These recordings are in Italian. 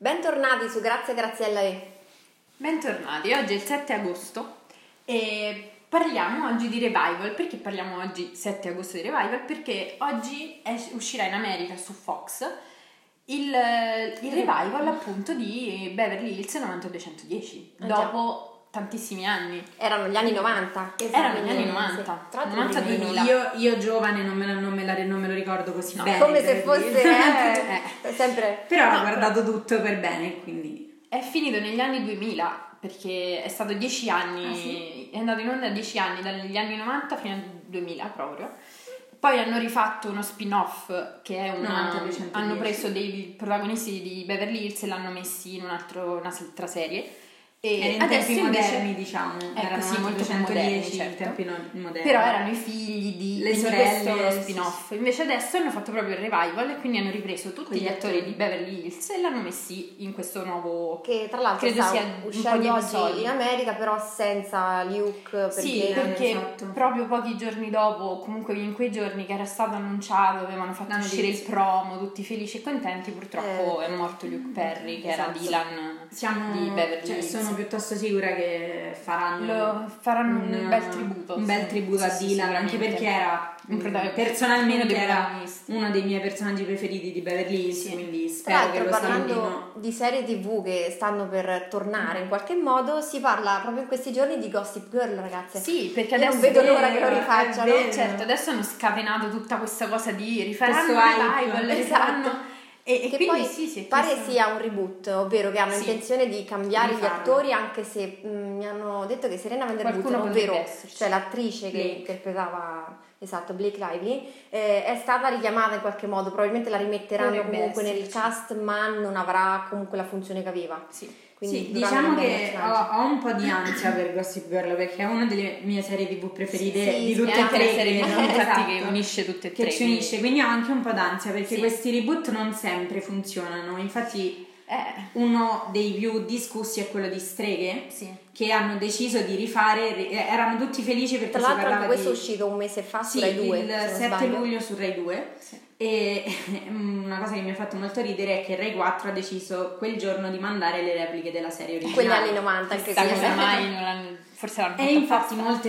Bentornati su Grazie Graziella e... Bentornati, oggi è il 7 agosto e parliamo oggi di Revival. Perché parliamo oggi 7 agosto di Revival? Perché oggi uscirà in America su Fox il Revival appunto di Beverly Hills 90210 dopo tantissimi anni. Erano gli anni 90. Erano gli anni 90, 90-2000. Io giovane non me lo ricordo così bene. Come se fosse sempre... Però ho guardato tutto per bene, quindi... È finito negli anni 2000 perché è stato 10 anni, sì? È andato in onda 10 anni, dagli anni 90 fino al 2000 proprio. Poi hanno rifatto uno spin-off che è hanno preso dei protagonisti di Beverly Hills e l'hanno messi in un'altra serie. E in tempi moderni, diciamo, erano sì, molto più moderni, certo. Tempi moderni. Però erano i figli di questo spin-off. Sì. Invece adesso hanno fatto proprio il revival e quindi hanno ripreso tutti gli attori di Beverly Hills e l'hanno messi in questo nuovo, che tra l'altro credo sia uscendo oggi in America, però senza Luke, perché proprio pochi giorni dopo, comunque in quei giorni che era stato annunciato, avevano fatto uscire il promo, tutti felici e contenti, purtroppo è morto Luke Perry, che era Dylan di Beverly Hills. Sono piuttosto sicura che faranno un bel tributo. Un bel tributo a Dylan, anche perché era personalmente era uno dei miei personaggi preferiti di Beverly Hills, quindi spero che lo parlando di serie TV che stanno per tornare in qualche modo, si parla proprio in questi giorni di Gossip Girl, ragazze. Sì, perché adesso non vedo l'ora che lo rifacciano. Certo, adesso hanno scatenato tutta questa cosa di rifaranno revival, esatto. E che quindi poi pare sia un reboot, ovvero che hanno intenzione di cambiare gli attori, anche se mi hanno detto che Serena Van Der Woodsen, ovvero cioè l'attrice che interpretava Blake Lively, è stata richiamata in qualche modo, probabilmente la rimetteranno comunque nel cast, ma non avrà comunque la funzione che aveva. Sì, diciamo che ho un po' di ansia per Gossip Girl perché è una delle mie serie TV preferite di tutte e tre, che unisce tutte e tre, che ci unisce, quindi ho anche un po' d'ansia perché questi reboot non sempre funzionano. Infatti uno dei più discussi è quello di Streghe, che hanno deciso di rifare, erano tutti felici perché tra l'altro anche questo è uscito un mese fa su Rai 2, il 7 luglio su Rai 2. E una cosa che mi ha fatto molto ridere è che Rai 4 ha deciso quel giorno di mandare le repliche della serie originale, quegli anni 90, anche forse l'hanno e infatti molti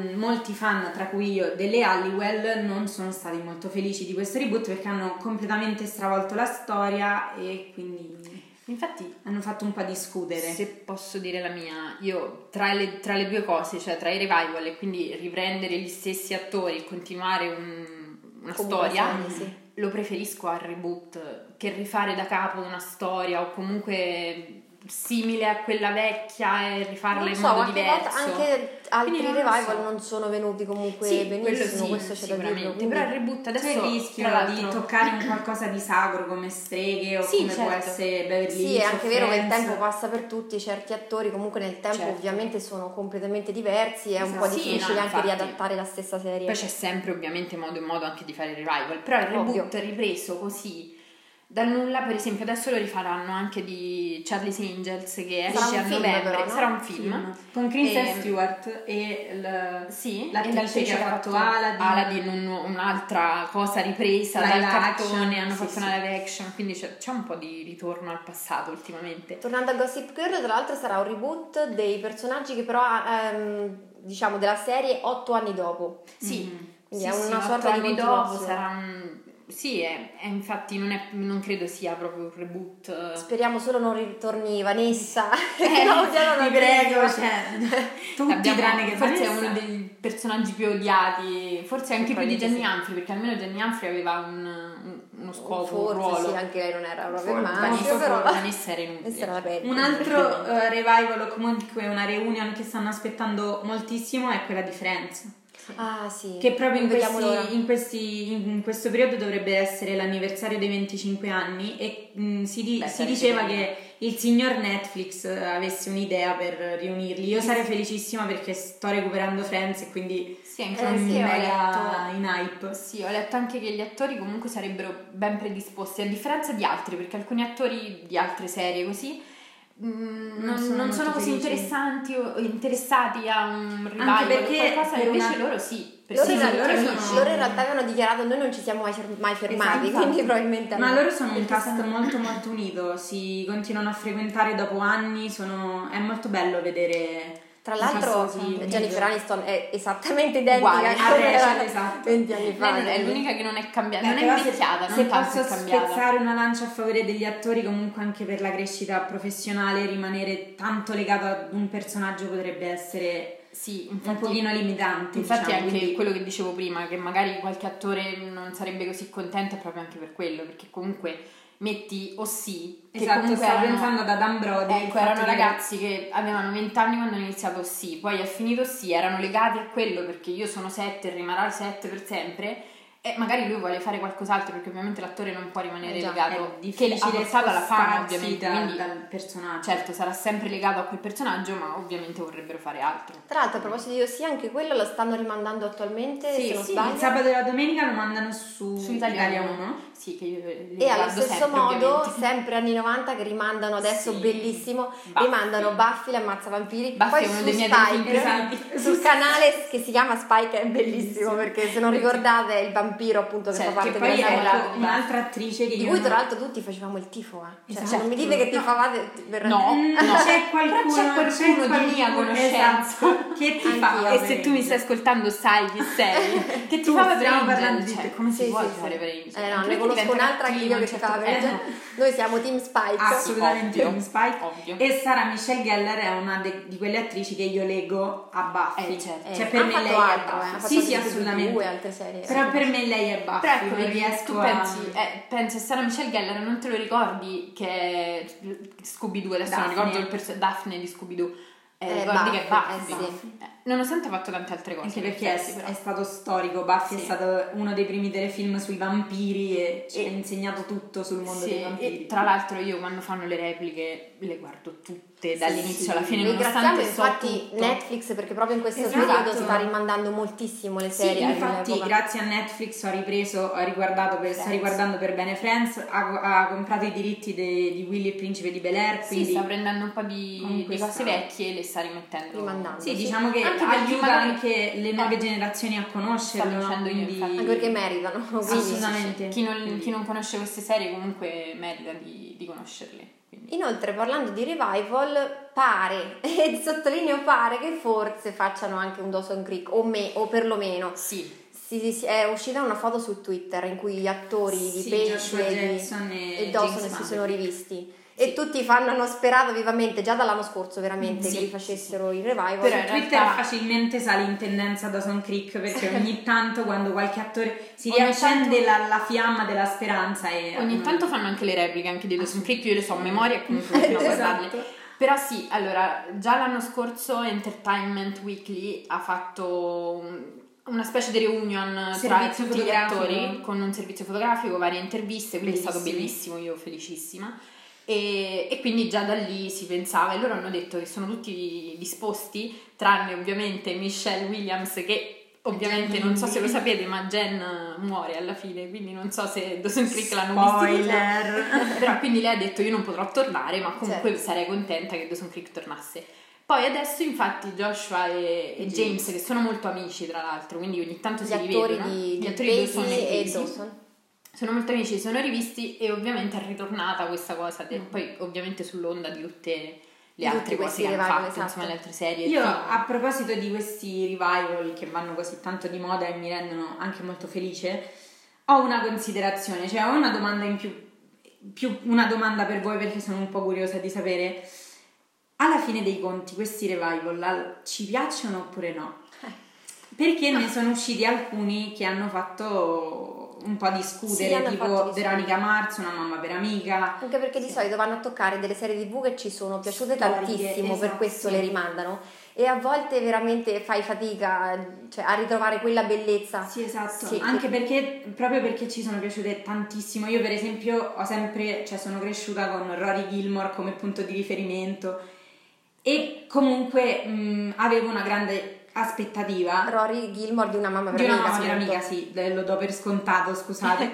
fan, tra cui io, delle Halliwell non sono stati molto felici di questo reboot perché hanno completamente stravolto la storia e quindi infatti hanno fatto un po' discutere. Se posso dire la mia, io tra le due cose, cioè tra i revival e quindi riprendere gli stessi attori e continuare una storia, lo preferisco al reboot che rifare da capo una storia o comunque simile a quella vecchia e rifarla in modo diverso. Anche altri revival non sono venuti comunque benissimo, questo c'è da dirlo. Però il reboot adesso c'è il rischio di toccare un qualcosa di sacro come Streghe o come può essere Beverly Hills. Sì, è anche vero che il tempo passa per tutti, certi attori comunque nel tempo ovviamente sono completamente diversi, è un po' difficile anche riadattare la stessa serie. Poi c'è sempre ovviamente modo e modo anche di fare il revival, però il reboot ripreso così dal nulla, per esempio adesso lo rifaranno anche di Charlie's Angels che esce a novembre, sarà un film con Kristen Stewart e l'attrice che ha fatto Aladdin, un'altra cosa ripresa dal cartone, hanno fatto una live action, quindi c'è un po' di ritorno al passato ultimamente. Tornando a Gossip Girl, tra l'altro sarà un reboot dei personaggi che però diciamo della serie 8 anni dopo, quindi è una sorta di dopo sarà infatti non credo sia proprio un reboot. Speriamo solo non ritorni Vanessa. Ti prego, tutti tranne che forse Vanessa. è uno dei personaggi più odiati, forse anche più di Jenny Humphrey, perché almeno Jenny Humphrey aveva uno scopo, un ruolo. Sì, anche lei non era proprio maschio, però Vanessa era inutile. Un altro revival o comunque una reunion che stanno aspettando moltissimo è quella di Friends. Che proprio in questo periodo dovrebbe essere l'anniversario dei 25 anni e si diceva che il signor Netflix avesse un'idea per riunirli. Io sarei felicissima perché sto recuperando Friends e quindi sono mega in hype. Sì, ho letto anche che gli attori comunque sarebbero ben predisposti, a differenza di altri, perché alcuni attori di altre serie così non sono così interessanti o interessati a un revival o qualcosa, invece loro sì, Loro in realtà avevano dichiarato noi non ci siamo mai fermati, esatto, quindi probabilmente... Ma loro sono un cast molto molto unito, si continuano a frequentare dopo anni, è molto bello vedere... Tra l'altro Jennifer Aniston è esattamente identica a Rachel, esatto. 20 anni fa. È l'unica che non è cambiata, non è invecchiata, non tanto è cambiata. Se posso spezzare una lancia a favore degli attori, comunque anche per la crescita professionale, rimanere tanto legato ad un personaggio potrebbe essere... Sì, infatti, un pochino limitante. Infatti diciamo, anche quindi... quello che dicevo prima, che magari qualche attore non sarebbe così contento, è proprio anche per quello, perché comunque metti Ossi, che esatto, comunque stavo pensando ad Adam Brody, ecco, erano ragazzi che avevano 20 anni quando hanno iniziato Ossi, poi è finito Ossi, erano legati a quello perché io sono 7 e rimarrà 7 per sempre. E magari lui vuole fare qualcos'altro perché ovviamente l'attore non può rimanere legato, che ha portato alla fama ovviamente, quindi dal personaggio. Certo, sarà sempre legato a quel personaggio, ma ovviamente vorrebbero fare altro. Tra l'altro, a proposito di Ossia, anche quello lo stanno rimandando attualmente, se non sbaglio. Il sabato e la domenica lo mandano su Italia 1. Sì, che io e allo stesso modo, sempre anni 90 che rimandano adesso, bellissimo, Buffy. Rimandano Buffy l'ammazza vampiri. Buffy poi è uno su dei miei Spike, sul canale che si chiama Spike, è bellissimo perché se non ricordate è il vampiro appunto che fa parte della serie, un'altra attrice di cui tra l'altro tutti facevamo il tifo, esatto. Cioè, non mi dite che tifavate per... no, c'è qualcuno di mia conoscenza che ti fa, e se tu mi stai ascoltando sai chi sei, che ti fa per Angel, come si può fare per Angel? No, ne conosco un'altra che io che ci fa per noi siamo Team Spike, assolutamente Team Spike, ovvio. E Sarah Michelle Gellar è una di quelle attrici che io leggo a Buffy, cioè per me lei è Buffy, sì assolutamente, altre serie, però per me lei è Buffy. Però ecco, non riesco pensi a Sarah Michelle Gellar, non te lo ricordi che è Scooby-Doo, adesso non ricordo il Daphne di Scooby-Doo, ricordi che è Buffy, nonostante ha fatto tante altre cose, anche perché è stato storico. Buffy è stato uno dei primi telefilm sui vampiri e ci ha insegnato tutto sul mondo dei vampiri. E tra l'altro io quando fanno le repliche le guardo tutte dall'inizio alla fine, ringraziamo infatti Netflix perché proprio in questo periodo sta rimandando moltissimo le serie. Infatti grazie a Netflix sto riguardando per bene Friends, ha comprato i diritti di Willy e Principe di Bel-Air, quindi sta prendendo un po' di cose vecchie e le sta rimettendo, rimandando. Sì, diciamo che aiuta anche le nuove generazioni a conoscerlo, anche perché meritano, assolutamente. Chi non conosce queste serie comunque merita di conoscerle. Quindi. Inoltre, parlando di revival, pare, e sottolineo pare, che forse facciano anche un Dawson's Creek, o perlomeno è uscita una foto su Twitter in cui gli attori di Paige e Dawson si sono rivisti. E tutti hanno sperato vivamente già dall'anno scorso veramente che rifacessero il revival. Però in Twitter facilmente sale in tendenza Dawson's Creek perché ogni tanto quando qualche attore si riaccende la fiamma della speranza e ogni tanto fanno anche le repliche anche di Dawson's Creek, io le so a memoria e comunque continuo a guardarle. Però sì, allora già l'anno scorso Entertainment Weekly ha fatto una specie di reunion tra tutti gli attori con un servizio fotografico, varie interviste, quindi è stato bellissimo, io felicissima. E quindi già da lì si pensava, e loro hanno detto che sono tutti disposti, tranne ovviamente Michelle Williams, che ovviamente non so se lo sapete, ma Jen muore alla fine, quindi non so se Dawson's Creek l'hanno visto, però quindi lei ha detto io non potrò tornare, ma comunque sarei contenta che Dawson's Creek tornasse. Poi adesso infatti Joshua e James, che sono molto amici tra l'altro, quindi ogni tanto si rivedono, gli attori di Dawson e Dawson sono molto amici, si sono rivisti e ovviamente è ritornata questa cosa poi ovviamente sull'onda di tutte le altre cose che hanno fatto, insomma le altre serie. Io a proposito di questi revival che vanno così tanto di moda e mi rendono anche molto felice, ho una considerazione, cioè ho una domanda in più una domanda per voi perché sono un po' curiosa di sapere. Alla fine dei conti questi revival ci piacciono oppure no? Perché ne sono usciti alcuni che hanno fatto un po' discutere, tipo Veronica Mars, Una mamma per amica. Anche perché di solito vanno a toccare delle serie TV che ci sono piaciute tantissimo, per questo le rimandano. E a volte veramente fai fatica, cioè, a ritrovare quella bellezza. Sì, esatto. Sì, anche proprio perché ci sono piaciute tantissimo. Io per esempio sono cresciuta con Rory Gilmore come punto di riferimento e comunque avevo una grande aspettativa. Rory Gilmore di Una mamma per amica. Sì, lo do per scontato, scusate.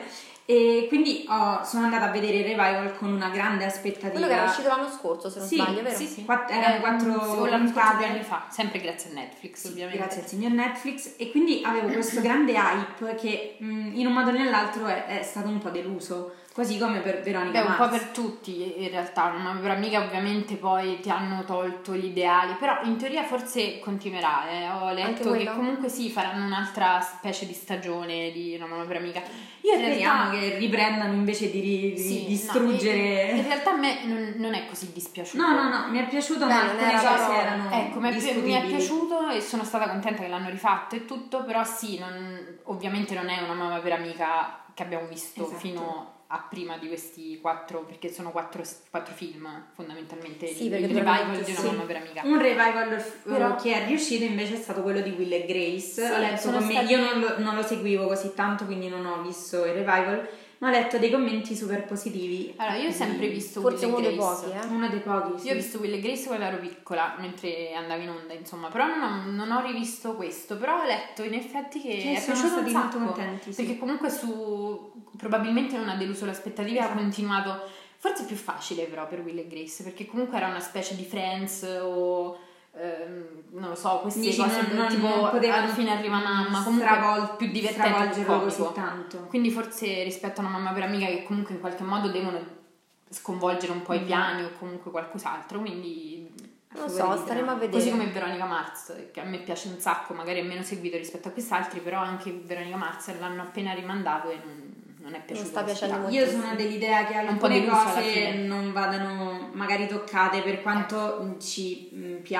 E quindi sono andata a vedere il revival con una grande aspettativa. Quello che era uscito l'anno scorso, se non sbaglio, vero? Sì. Erano 4 anni fa, sempre grazie a Netflix, ovviamente. Grazie al signor Netflix. E quindi avevo questo grande hype che in un modo o nell'altro è stato un po' deluso. Così come per Veronica Mars. Un po' per tutti in realtà, una vera amica ovviamente poi ti hanno tolto gli ideali, però in teoria forse continuerà, ho letto che comunque sì, faranno un'altra specie di stagione di una mamma vera amica. Io in realtà che riprendano invece di distruggere. In realtà a me non è così dispiaciuto. No, mi è piaciuto, ma alcune cose erano mi è piaciuto e sono stata contenta che l'hanno rifatto e tutto, però sì, ovviamente non è una mamma vera amica che abbiamo visto fino a prima di questi 4, perché sono 4 film fondamentalmente, il revival di una mamma vera amica. Un revival che è riuscito invece è stato quello di Will e Grace. Ho letto io non lo seguivo così tanto, quindi non ho visto il revival, ma ho letto dei commenti super positivi. Allora, io ho sempre visto forse Will e Grace. Uno dei pochi, Io ho visto Will e Grace quando ero piccola, mentre andavo in onda, insomma, però non ho rivisto questo, però ho letto in effetti che è sono stati molto contenti, perché comunque probabilmente non ha deluso le aspettative, ha continuato, forse è più facile però per Will e Grace, perché comunque era una specie di Friends o non lo so, queste cose tipo alla fine arriva mamma, comunque più divertente, così tanto. Quindi forse rispetto a una mamma vera amica che comunque in qualche modo devono sconvolgere un po' i piani o comunque qualcos'altro, quindi non so, staremo a vedere. Così come Veronica Mars, che a me piace un sacco, magari è meno seguito rispetto a quest'altri, però anche Veronica Mars l'hanno appena rimandato e non è piaciuto. Non sta piacendo molto. Io sono dell'idea che alcune cose non vadano magari toccate, per quanto ci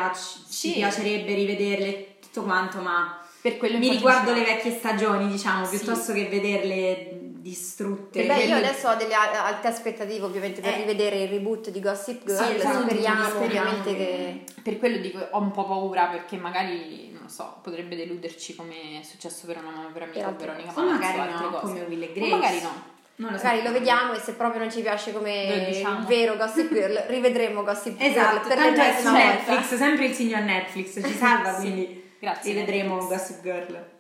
piacerebbe rivederle tutto quanto, ma per quello mi riguardo le vecchie stagioni, diciamo, piuttosto che vederle distrutte. Io adesso ho delle alte aspettative ovviamente per rivedere il reboot di Gossip Girl, speriamo ovviamente che... Per quello dico, ho un po' paura, perché magari, non lo so, potrebbe deluderci come è successo per una mamma vera amica o Veronica Mars, magari altre cose. Come Will e Grace. Magari no. Magari lo vediamo e se proprio non ci piace come il vero Gossip Girl rivedremo Gossip Girl. Esatto, tanto è su Netflix, sempre il signor Netflix ci salva, quindi grazie, rivedremo Netflix. Gossip Girl.